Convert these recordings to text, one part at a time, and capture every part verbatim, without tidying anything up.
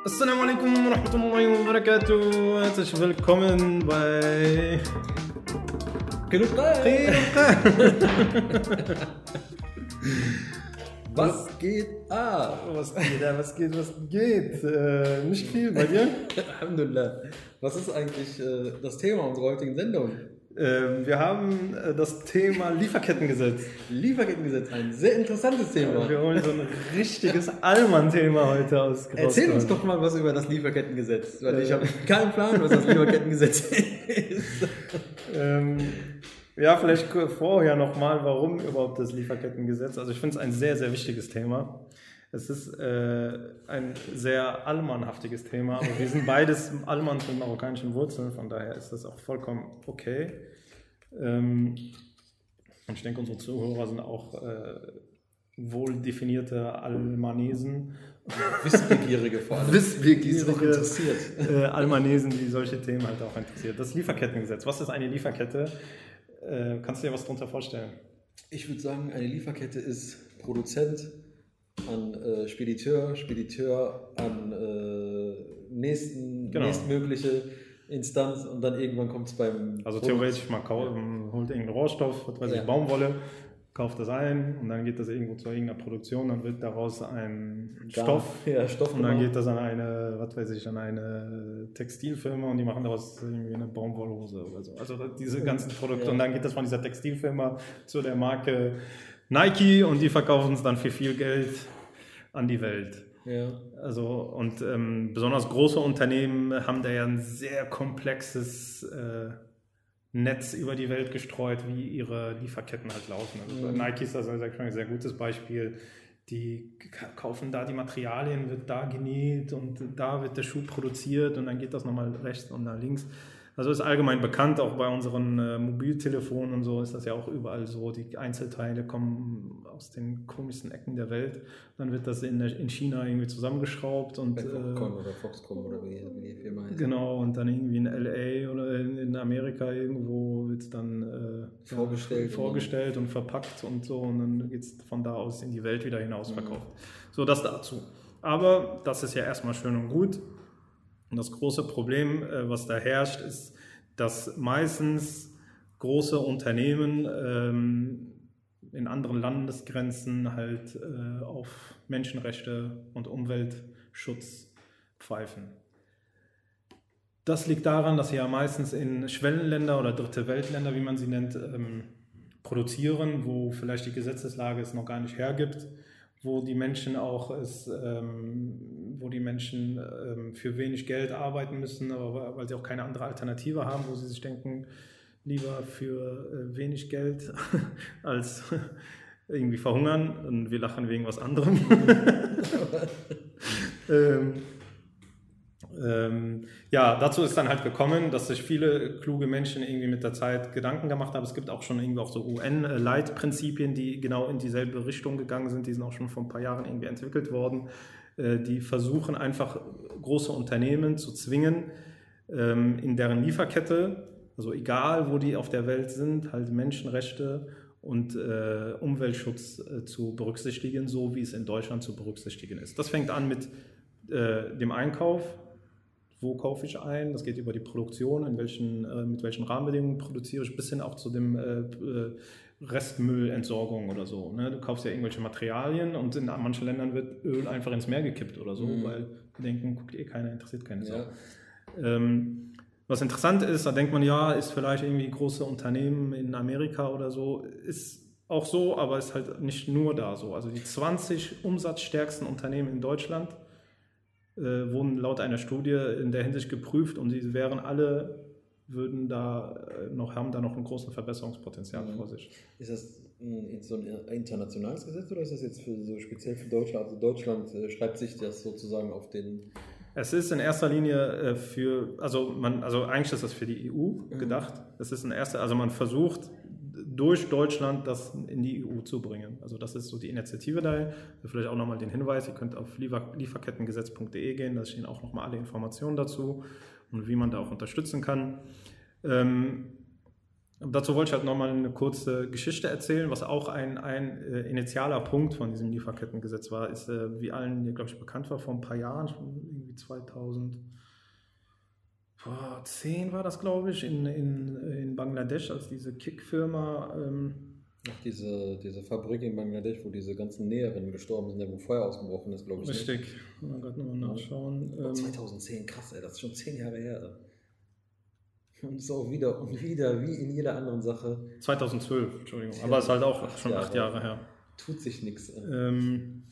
Assalamu alaikum wa rahmatullahi wa barakatuh. Herzlich willkommen bei Was geht ab? Was geht, was geht, was geht? Äh, nicht viel bei dir? Alhamdulillah. Was ist eigentlich äh, das Thema unserer heutigen Sendung? Äh, wir haben äh, das Thema Lieferkettengesetz. Lieferkettengesetz, ein sehr interessantes Thema. Wir holen so ein richtiges Allmann-Thema heute aus. Erzähl uns doch mal was über das Lieferkettengesetz, weil äh. ich habe keinen Plan, was das Lieferkettengesetz ist. ähm, Ja, vielleicht vorher nochmal, warum überhaupt das Lieferkettengesetz. Also ich finde es ein sehr, sehr wichtiges Thema. Es ist äh, ein sehr allmannhaftiges Thema, aber wir sind beides Allmanns mit marokkanischen Wurzeln, von daher ist das auch vollkommen okay. Ähm, und ich denke, unsere Zuhörer sind auch äh, wohl definierte Almanesen. Wissbegierige vor allem. Wissbegierige, interessiert. Äh, Almanesen, die solche Themen halt auch interessiert. Das Lieferkettengesetz. Was ist eine Lieferkette? Äh, kannst du dir was darunter vorstellen? Ich würde sagen, eine Lieferkette ist Produzent an äh, Spediteur, Spediteur an äh, nächsten, genau. nächstmögliche Instanz und dann irgendwann kommt es beim... Also theoretisch, man kau- ja. holt irgendeinen Rohstoff, was weiß ich, ja. Baumwolle, kauft das ein und dann geht das irgendwo zu irgendeiner Produktion, dann wird daraus ein Gar, Stoff, ja, Stoff und dann geht das an eine, was weiß ich, an eine Textilfirma und die machen daraus irgendwie eine Baumwollhose oder so. Also diese ganzen Produkte ja. und dann geht das von dieser Textilfirma zu der Marke Nike und die verkaufen es dann für viel Geld an die Welt. Ja. Also und ähm, besonders große Unternehmen haben da ja ein sehr komplexes äh, Netz über die Welt gestreut, wie ihre Lieferketten halt laufen. Also mhm. Nike ist das also ein sehr gutes Beispiel. Die kaufen da die Materialien, wird da genäht und da wird der Schuh produziert und dann geht das nochmal rechts und nach links. Also ist allgemein bekannt, auch bei unseren äh, Mobiltelefonen und so ist das ja auch überall so. Die Einzelteile kommen aus den komischsten Ecken der Welt. Dann wird das in, in China irgendwie zusammengeschraubt. Und, bei Foxconn äh, oder Foxconn oder wie, wie die Firma heißt. Genau, und dann irgendwie in L A oder in, in Amerika irgendwo wird es dann äh, vorgestellt, ja, vorgestellt und, und verpackt und so. Und dann geht es von da aus in die Welt wieder hinaus verkauft. Mhm. So, das dazu. Aber das ist ja erstmal schön und gut. Und das große Problem, was da herrscht, ist, dass meistens große Unternehmen ähm, in anderen Landesgrenzen halt äh, auf Menschenrechte und Umweltschutz pfeifen. Das liegt daran, dass sie ja meistens in Schwellenländer oder Dritte Weltländer, wie man sie nennt, ähm, produzieren, wo vielleicht die Gesetzeslage es noch gar nicht hergibt, wo die Menschen auch es, ähm, wo die Menschen ähm, für wenig Geld arbeiten müssen, aber weil sie auch keine andere Alternative haben, wo sie sich denken, lieber für äh, wenig Geld als irgendwie verhungern und wir lachen wegen was anderem. ähm, ähm, ja, dazu ist dann halt gekommen, dass sich viele kluge Menschen irgendwie mit der Zeit Gedanken gemacht haben. Es gibt auch schon irgendwie auch so U N-Leitprinzipien, die genau in dieselbe Richtung gegangen sind. Die sind auch schon vor ein paar Jahren irgendwie entwickelt worden. Äh, die versuchen einfach große Unternehmen zu zwingen, ähm, in deren Lieferkette, also egal wo die auf der Welt sind, halt Menschenrechte und äh, Umweltschutz äh, zu berücksichtigen, so wie es in Deutschland zu berücksichtigen ist. Das fängt an mit äh, dem Einkauf. Wo kaufe ich ein? Das geht über die Produktion, in welchen, äh, mit welchen Rahmenbedingungen produziere ich, bis hin auch zu dem äh, Restmüllentsorgung oder so. Ne? Du kaufst ja irgendwelche Materialien und in manchen Ländern wird Öl einfach ins Meer gekippt oder so, mhm. weil die denken, guckt eh keiner, interessiert keine Sau. Ja. Ähm, was interessant ist, da denkt man, ja, ist vielleicht irgendwie große Unternehmen in Amerika oder so, ist auch so, aber ist halt nicht nur da so. Also die zwanzig umsatzstärksten Unternehmen in Deutschland Äh, wurden laut einer Studie in der Hinsicht geprüft und sie wären alle, würden da äh, noch, haben da noch ein großes Verbesserungspotenzial mhm. vor sich. Ist das ein, so ein internationales Gesetz oder ist das jetzt für, so speziell für Deutschland? Also Deutschland äh, schreibt sich das sozusagen auf den... Es ist in erster Linie äh, für, also man, also eigentlich ist das für die E U mhm. gedacht. Es ist in erster, also man versucht durch Deutschland das in die E U zu bringen. Also das ist so die Initiative da. Vielleicht auch nochmal den Hinweis, ihr könnt auf lieferkettengesetz punkt de gehen, da stehen auch nochmal alle Informationen dazu und wie man da auch unterstützen kann. Ähm, dazu wollte ich halt nochmal eine kurze Geschichte erzählen, was auch ein, ein äh, initialer Punkt von diesem Lieferkettengesetz war, ist, äh, wie allen, glaube ich, bekannt war, vor ein paar Jahren, irgendwie irgendwie zweitausendzehn war das, glaube ich, in, in, in Bangladesch, als diese Kick-Firma... Ähm, Ach, diese, diese Fabrik in Bangladesch, wo diese ganzen Näherinnen gestorben sind, wo Feuer ausgebrochen ist, glaube ich. Richtig, mal gerade nochmal nachschauen. Oh, zweitausendzehn, krass, ey, das ist schon zehn Jahre her. Und ist auch wieder und wieder, wie in jeder anderen Sache. zweitausendzwölf, Entschuldigung, aber es ist halt auch acht schon Jahre, acht Jahre her. Tut sich nichts. Ähm,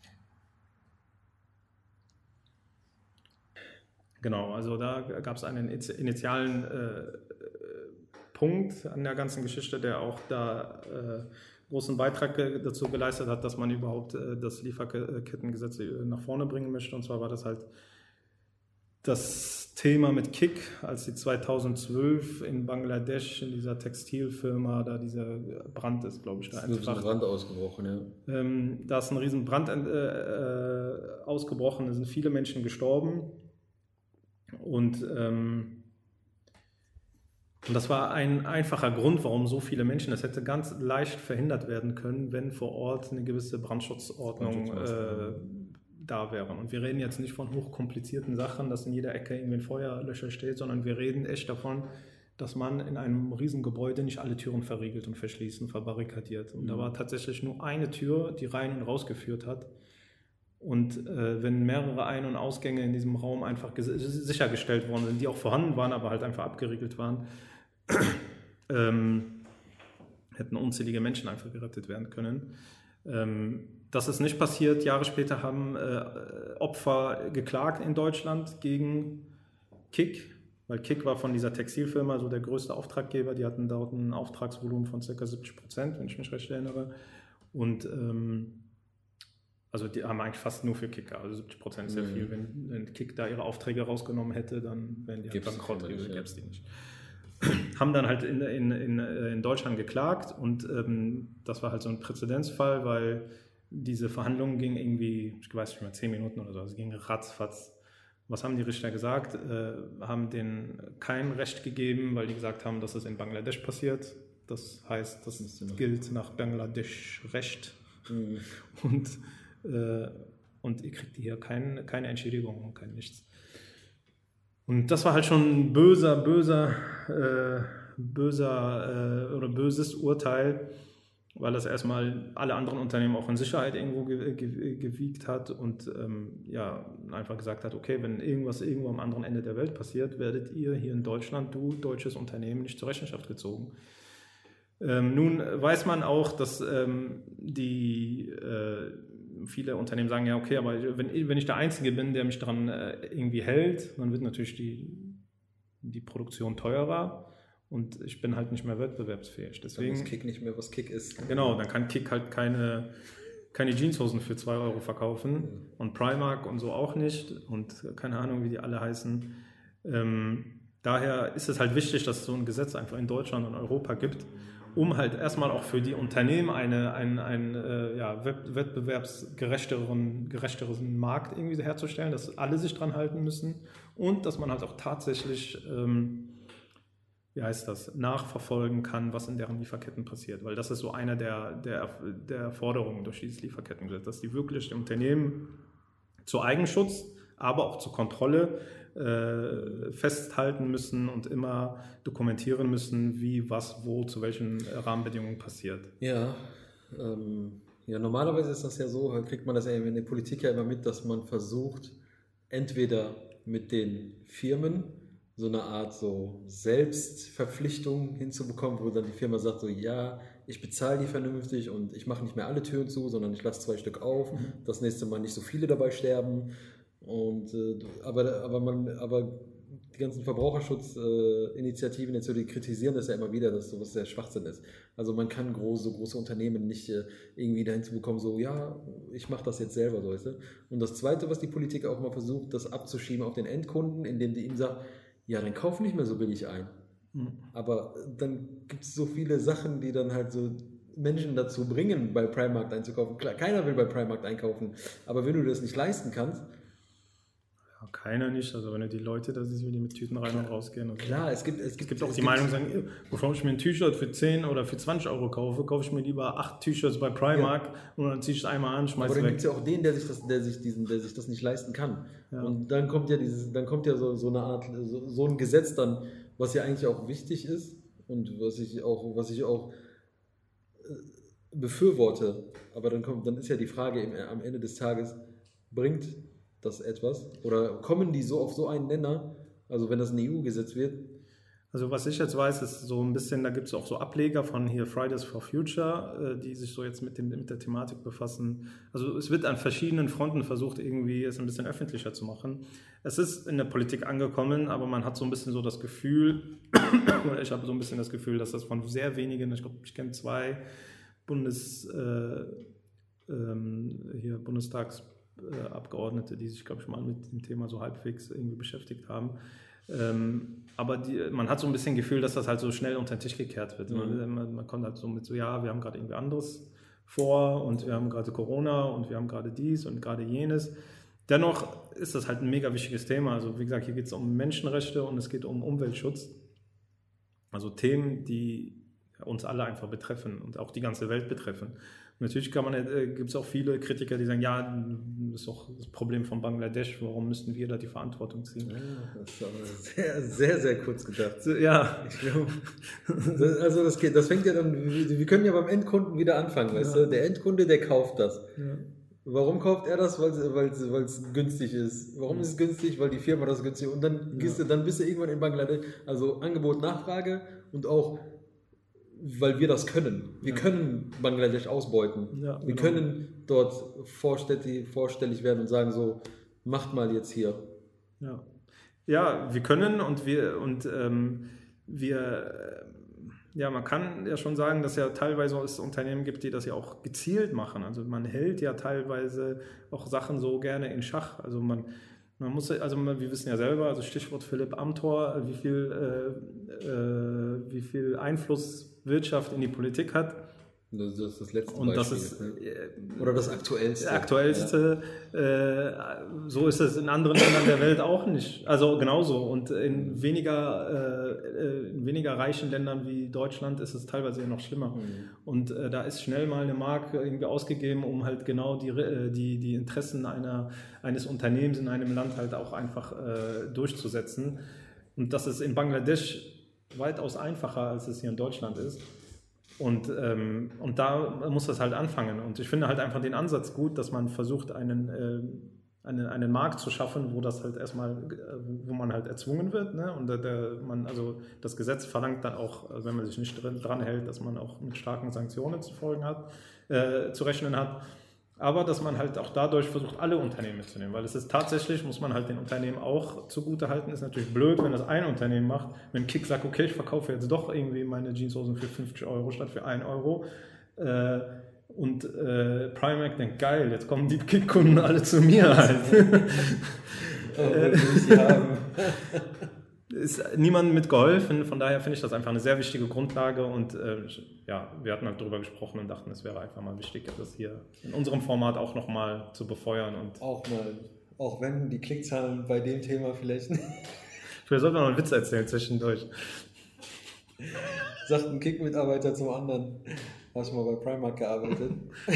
genau, also da gab es einen initialen äh, Punkt an der ganzen Geschichte, der auch da äh, großen Beitrag dazu geleistet hat, dass man überhaupt äh, das Lieferkettengesetz nach vorne bringen möchte. Und zwar war das halt das Thema mit Kick, als die zweitausendzwölf in Bangladesch in dieser Textilfirma, da dieser Brand ist, glaube ich, da einfach. Da ist ein Brand ausgebrochen, ja. Ähm, da ist ein riesen Brand äh, äh, ausgebrochen, da sind viele Menschen gestorben. Und ähm, Und das war ein einfacher Grund, warum so viele Menschen, das hätte ganz leicht verhindert werden können, wenn vor Ort eine gewisse Brandschutzordnung äh, da wäre. Und wir reden jetzt nicht von hochkomplizierten Sachen, dass in jeder Ecke irgendwie ein Feuerlöscher steht, sondern wir reden echt davon, dass man in einem riesen Gebäude nicht alle Türen verriegelt und verschließt und verbarrikadiert. Und mhm. da war tatsächlich nur eine Tür, die rein und rausgeführt hat. Und äh, wenn mehrere Ein- und Ausgänge in diesem Raum einfach ges- sichergestellt worden sind, die auch vorhanden waren, aber halt einfach abgeriegelt waren, ähm, hätten unzählige Menschen einfach gerettet werden können. Ähm, das ist nicht passiert. Jahre später haben äh, Opfer geklagt in Deutschland gegen Kick, weil Kick war von dieser Textilfirma so der größte Auftraggeber. Die hatten dort ein Auftragsvolumen von ca. siebzig Prozent, wenn ich mich recht erinnere. Und ähm, also die haben eigentlich fast nur für Kick, also siebzig Prozent ist sehr mhm. viel. Wenn, wenn Kick da ihre Aufträge rausgenommen hätte, dann wären die halt bankrott, gäbe es die nicht. Haben dann halt in, in, in, in Deutschland geklagt und ähm, das war halt so ein Präzedenzfall, weil diese Verhandlungen gingen irgendwie, ich weiß nicht mehr, zehn Minuten oder so, also es ging ratzfatz. Was haben die Richter gesagt? Äh, haben denen kein Recht gegeben, weil die gesagt haben, dass es in Bangladesch passiert. Das heißt, das, das gilt nach Bangladesch-Recht. Mhm. Und, äh, und ihr kriegt hier kein, keine Entschädigung und kein nichts. Und das war halt schon ein böser, böser, äh, böser äh, oder böses Urteil, weil das erstmal alle anderen Unternehmen auch in Sicherheit irgendwo ge- ge- gewiegt hat und ähm, ja, einfach gesagt hat, okay, wenn irgendwas irgendwo am anderen Ende der Welt passiert, werdet ihr hier in Deutschland, du deutsches Unternehmen, nicht zur Rechenschaft gezogen. Ähm, nun weiß man auch, dass ähm, die äh, viele Unternehmen sagen, ja okay, aber wenn, wenn ich der Einzige bin, der mich daran äh, irgendwie hält, dann wird natürlich die, die Produktion teurer und ich bin halt nicht mehr wettbewerbsfähig. Deswegen, dann ist Kick nicht mehr, was Kick ist. Genau, dann kann Kick halt keine, keine Jeanshosen für zwei Euro verkaufen mhm. und Primark und so auch nicht und keine Ahnung, wie die alle heißen. Ähm, daher ist es halt wichtig, dass es so ein Gesetz einfach in Deutschland und Europa gibt, um halt erstmal auch für die Unternehmen eine, einen, einen äh, ja, wettbewerbsgerechteren gerechteren Markt irgendwie herzustellen, dass alle sich dran halten müssen und dass man halt auch tatsächlich, ähm, wie heißt das, nachverfolgen kann, was in deren Lieferketten passiert. Weil das ist so einer der, der, der Forderungen durch dieses Lieferkettengesetz, dass die wirklich die Unternehmen zu Eigenschutz, aber auch zur Kontrolle äh, festhalten müssen und immer dokumentieren müssen, wie, was, wo, zu welchen Rahmenbedingungen passiert. Ja, ähm, ja, normalerweise ist das ja so, kriegt man das ja in der Politik ja immer mit, dass man versucht, entweder mit den Firmen so eine Art so Selbstverpflichtung hinzubekommen, wo dann die Firma sagt so, ja, ich bezahle die vernünftig und ich mache nicht mehr alle Türen zu, sondern ich lasse zwei Stück auf, mhm. das nächste Mal nicht so viele dabei sterben. Und, äh, aber, aber, man, aber die ganzen Verbraucherschutzinitiativen, äh, die kritisieren das ja immer wieder, dass sowas sehr Schwachsinn ist. Also man kann große, so große Unternehmen nicht äh, irgendwie dahin zu bekommen, so ja, ich mache das jetzt selber. So, weißt du? Und das Zweite, was die Politik auch mal versucht, das abzuschieben auf den Endkunden, indem die ihm sagt, ja, dann kauf nicht mehr so billig ein. Mhm. Aber dann gibt es so viele Sachen, die dann halt so Menschen dazu bringen, bei Primark einzukaufen. Klar, keiner will bei Primark einkaufen, aber wenn du das nicht leisten kannst, keiner nicht. Also wenn du die Leute, da siehst, wie die mit Tüten rein und rausgehen. Und klar, so. es gibt es gibt, es gibt auch es die gibt, Meinung, sagen, bevor ich mir ein T-Shirt für zehn oder für zwanzig Euro kaufe, kaufe ich mir lieber acht T-Shirts bei Primark ja. und dann ziehe ich es einmal an, schmeiß es weg. Aber dann gibt es ja auch den, der sich das, der sich diesen, der sich das nicht leisten kann. Ja. Und dann kommt ja dieses, dann kommt ja so, so eine Art, so, so ein Gesetz dann, was ja eigentlich auch wichtig ist und was ich auch, was ich auch befürworte. Aber dann kommt, dann ist ja die Frage im, am Ende des Tages, bringt das etwas? Oder kommen die so auf so einen Nenner, also wenn das ein E U-Gesetz wird? Also was ich jetzt weiß, ist so ein bisschen, da gibt es auch so Ableger von hier Fridays for Future, die sich so jetzt mit, dem, mit der Thematik befassen. Also es wird an verschiedenen Fronten versucht, irgendwie es ein bisschen öffentlicher zu machen. Es ist in der Politik angekommen, aber man hat so ein bisschen so das Gefühl, oder ich habe so ein bisschen das Gefühl, dass das von sehr wenigen, ich glaube, ich kenne zwei Bundes, äh, ähm, hier Bundestags Abgeordnete, die sich, glaube ich, mal mit dem Thema so halbwegs irgendwie beschäftigt haben. Ähm, aber die, man hat so ein bisschen Gefühl, dass das halt so schnell unter den Tisch gekehrt wird. Mhm. Man, man kommt halt so mit so, ja, wir haben gerade irgendwie anderes vor und wir haben gerade Corona und wir haben gerade dies und gerade jenes. Dennoch ist das halt ein mega wichtiges Thema. Also wie gesagt, hier geht es um Menschenrechte und es geht um Umweltschutz. Also Themen, die uns alle einfach betreffen und auch die ganze Welt betreffen. Natürlich kann man, äh, gibt es auch viele Kritiker, die sagen, ja, das ist doch das Problem von Bangladesch, warum müssten wir da die Verantwortung ziehen? Ja, das ist aber sehr, sehr, sehr kurz gedacht. So, ja. Ich glaube, das, also das, geht, das fängt ja dann, wir, wir können ja beim Endkunden wieder anfangen, weißt ja. du? Der Endkunde, der kauft das. Ja. Warum kauft er das? Weil es günstig ist. Warum ist es günstig? Weil die Firma das günstig ist. Und dann, ja. du, dann bist du irgendwann in Bangladesch. Also Angebot, Nachfrage und auch weil wir das können. Wir ja. können Bangladesch ausbeuten. Ja, wir genau. können dort vorstellig, vorstellig werden und sagen so, macht mal jetzt hier. Ja, ja wir können und wir und ähm, wir ja, man kann ja schon sagen, dass ja teilweise es Unternehmen gibt, die das ja auch gezielt machen. Also man hält ja teilweise auch Sachen so gerne in Schach. Also man Man muss, also wir wissen ja selber, also Stichwort Philipp Amthor, wie viel, äh, äh, wie viel Einfluss Wirtschaft in die Politik hat. Das ist das letzte und Beispiel. Das ist, äh, Oder das aktuellste. aktuellste. Ja. Äh, so ist es in anderen Ländern der Welt auch nicht. Also genauso. Und in weniger, äh, in weniger reichen Ländern wie Deutschland ist es teilweise noch schlimmer. Mhm. Und äh, da ist schnell mal eine Mark irgendwie ausgegeben, um halt genau die, die, die Interessen einer, eines Unternehmens in einem Land halt auch einfach äh, durchzusetzen. Und das ist in Bangladesch weitaus einfacher, als es hier in Deutschland ist. Und, ähm, und da muss das halt anfangen. Und ich finde halt einfach den Ansatz gut, dass man versucht, einen, äh, einen, einen Markt zu schaffen, wo das halt erstmal, wo man halt erzwungen wird. Ne? Und der, der, man, also das Gesetz verlangt dann auch, wenn man sich nicht drin, dran hält, dass man auch mit starken Sanktionen zu folgen hat, äh, zu rechnen hat. Aber dass man halt auch dadurch versucht, alle Unternehmen mitzunehmen. Weil es ist tatsächlich, muss man halt den Unternehmen auch zugutehalten, ist natürlich blöd, wenn das ein Unternehmen macht. Wenn Kick sagt, okay, ich verkaufe jetzt doch irgendwie meine Jeanshosen für fünfzig Euro statt für ein Euro. Äh, und äh, Primark denkt, geil, jetzt kommen die Kick-Kunden alle zu mir halt. Oh, will ich sie haben. Ist niemandem mitgeholfen, von daher finde ich das einfach eine sehr wichtige Grundlage und äh, ja, wir hatten halt darüber gesprochen und dachten, es wäre einfach mal wichtig, das hier in unserem Format auch nochmal zu befeuern. Und auch mal, auch wenn die Klickzahlen bei dem Thema vielleicht nicht... Vielleicht sollten wir noch einen Witz erzählen zwischendurch. Sagt ein Kick-Mitarbeiter zum anderen, hast du mal bei Primark gearbeitet?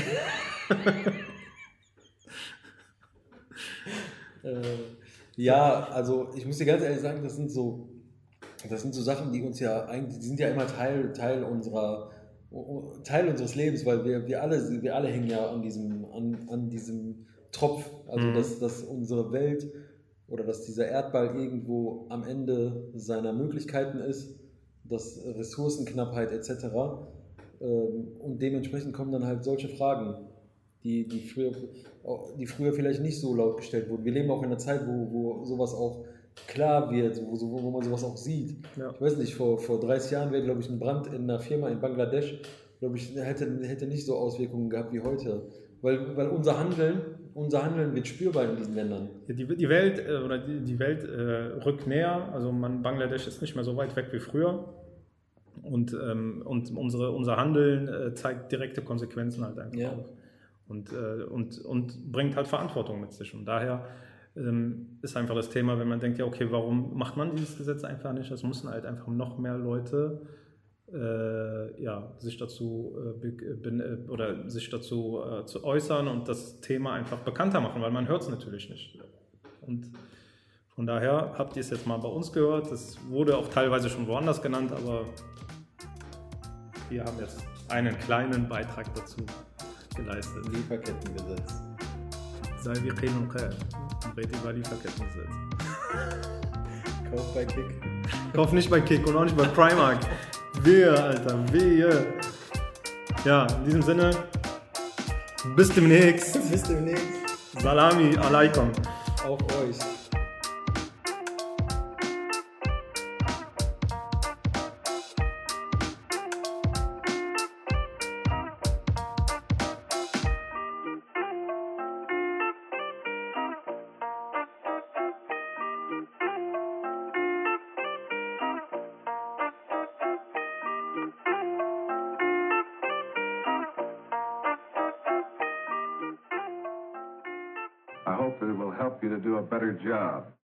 äh... Ja, also ich muss dir ganz ehrlich sagen, das sind so, das sind so Sachen, die uns ja eigentlich, die sind ja immer Teil, Teil unserer, Teil unseres Lebens, weil wir, wir alle, wir alle hängen ja an diesem, an, an diesem Tropf, also mhm. dass, dass unsere Welt oder dass dieser Erdball irgendwo am Ende seiner Möglichkeiten ist, dass Ressourcenknappheit et cetera. Und dementsprechend kommen dann halt solche Fragen, die, die, früher, die früher vielleicht nicht so laut gestellt wurden. Wir leben auch in einer Zeit, wo, wo sowas auch klar wird, wo, wo man sowas auch sieht. Ja. Ich weiß nicht, vor, vor dreißig Jahren wäre, glaube ich, ein Brand in einer Firma in Bangladesch, glaube ich, hätte, hätte nicht so Auswirkungen gehabt wie heute. Weil, weil unser Handeln, unser Handeln wird spürbar in diesen Ländern. Ja, die, die Welt, oder die, die Welt äh, rückt näher, also man, Bangladesch ist nicht mehr so weit weg wie früher. Und, ähm, und unsere, unser Handeln äh, zeigt direkte Konsequenzen halt einfach ja. auf. Und, äh, und, und bringt halt Verantwortung mit sich. Und daher ähm, ist einfach das Thema, wenn man denkt, ja okay, warum macht man dieses Gesetz einfach nicht? Es müssen halt einfach noch mehr Leute äh, ja, sich dazu äh, bin, äh, oder sich dazu äh, zu äußern und das Thema einfach bekannter machen, weil man hört es natürlich nicht. Und von daher habt ihr es jetzt mal bei uns gehört. Das wurde auch teilweise schon woanders genannt, aber wir haben jetzt einen kleinen Beitrag dazu geleistet. Lieferkettengesetz. Sei wie Qin und Qal. Rede über Lieferkettengesetz. Kauf bei Kick. Kauf nicht bei Kick und auch nicht bei Primark. Wehe, Alter, wehe. Ja, in diesem Sinne, bis demnächst. Bis demnächst. Salami alaikum. Auf euch. I hope that it will help you to do a better job.